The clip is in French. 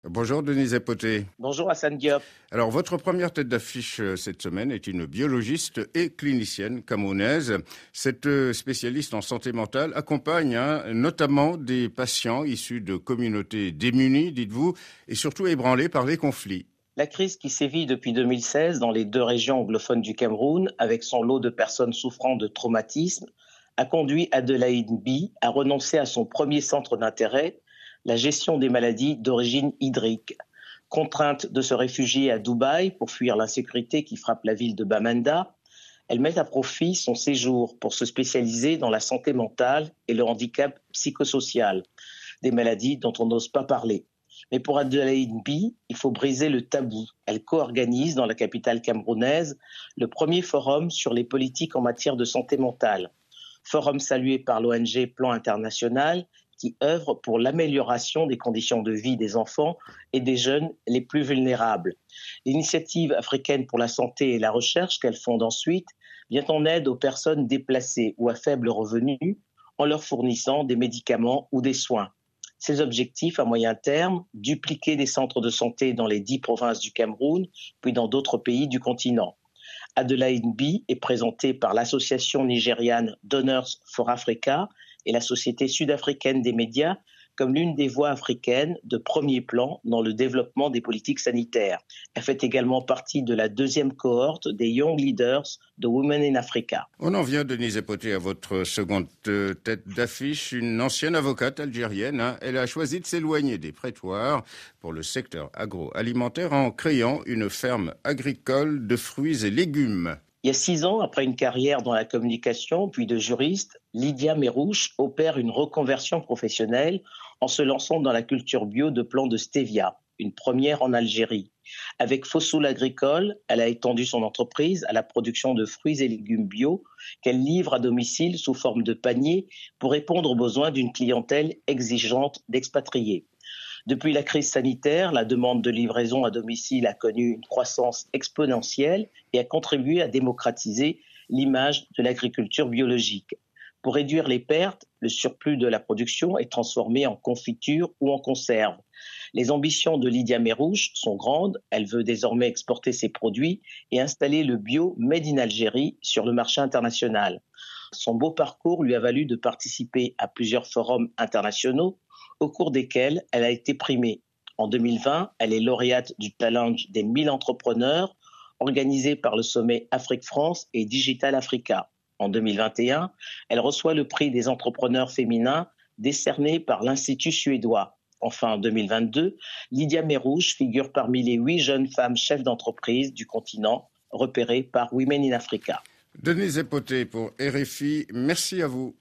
Bonjour Denise Epoté. Bonjour Hassan Diop. Alors votre première tête d'affiche cette semaine est une biologiste et clinicienne camerounaise. Cette spécialiste en santé mentale accompagne notamment des patients issus de communautés démunies, dites-vous, et surtout ébranlés par les conflits. La crise qui sévit depuis 2016 dans les deux régions anglophones du Cameroun, avec son lot de personnes souffrant de traumatisme, a conduit Adelaide Mbi à renoncer à son premier centre d'intérêt, la gestion des maladies d'origine hydrique. Contrainte de se réfugier à Dubaï pour fuir l'insécurité qui frappe la ville de Bamenda, elle met à profit son séjour pour se spécialiser dans la santé mentale et le handicap psychosocial, des maladies dont on n'ose pas parler. Mais pour Adelaide Mbi, il faut briser le tabou. Elle co-organise dans la capitale camerounaise le premier forum sur les politiques en matière de santé mentale. Forum salué par l'ONG Plan International qui œuvre pour l'amélioration des conditions de vie des enfants et des jeunes les plus vulnérables. L'initiative africaine pour la santé et la recherche qu'elle fonde ensuite vient en aide aux personnes déplacées ou à faible revenu en leur fournissant des médicaments ou des soins. Ses objectifs à moyen terme, dupliquer des centres de santé dans les 10 provinces du Cameroun, puis dans d'autres pays du continent. Adelaide Mbi est présentée par l'association nigériane Donors for Africa et la Société sud-africaine des médias comme l'une des voix africaines de premier plan dans le développement des politiques sanitaires. Elle fait également partie de la deuxième cohorte des Young Leaders de Women in Africa. On en vient, Denise Epoté, à votre seconde tête d'affiche, une ancienne avocate algérienne. Elle a choisi de s'éloigner des prétoires pour le secteur agroalimentaire en créant une ferme agricole de fruits et légumes. Il y a 6 ans, après une carrière dans la communication, puis de juriste, Lydia Merouche opère une reconversion professionnelle en se lançant dans la culture bio de plants de stevia, une première en Algérie. Avec Fossoul Agricole, elle a étendu son entreprise à la production de fruits et légumes bio qu'elle livre à domicile sous forme de paniers pour répondre aux besoins d'une clientèle exigeante d'expatriés. Depuis la crise sanitaire, la demande de livraison à domicile a connu une croissance exponentielle et a contribué à démocratiser l'image de l'agriculture biologique. Pour réduire les pertes, le surplus de la production est transformé en confiture ou en conserve. Les ambitions de Lydia Merouche sont grandes. Elle veut désormais exporter ses produits et installer le bio Made in Algérie sur le marché international. Son beau parcours lui a valu de participer à plusieurs forums internationaux au cours desquels elle a été primée. En 2020, elle est lauréate du Challenge des 1000 entrepreneurs organisé par le sommet Afrique-France et Digital Africa. En 2021, elle reçoit le prix des entrepreneurs féminins décerné par l'Institut suédois. Enfin, en 2022, Lydia Merouche figure parmi les 8 jeunes femmes chefs d'entreprise du continent repérées par Women in Africa. Denise Epoté pour RFI, merci à vous.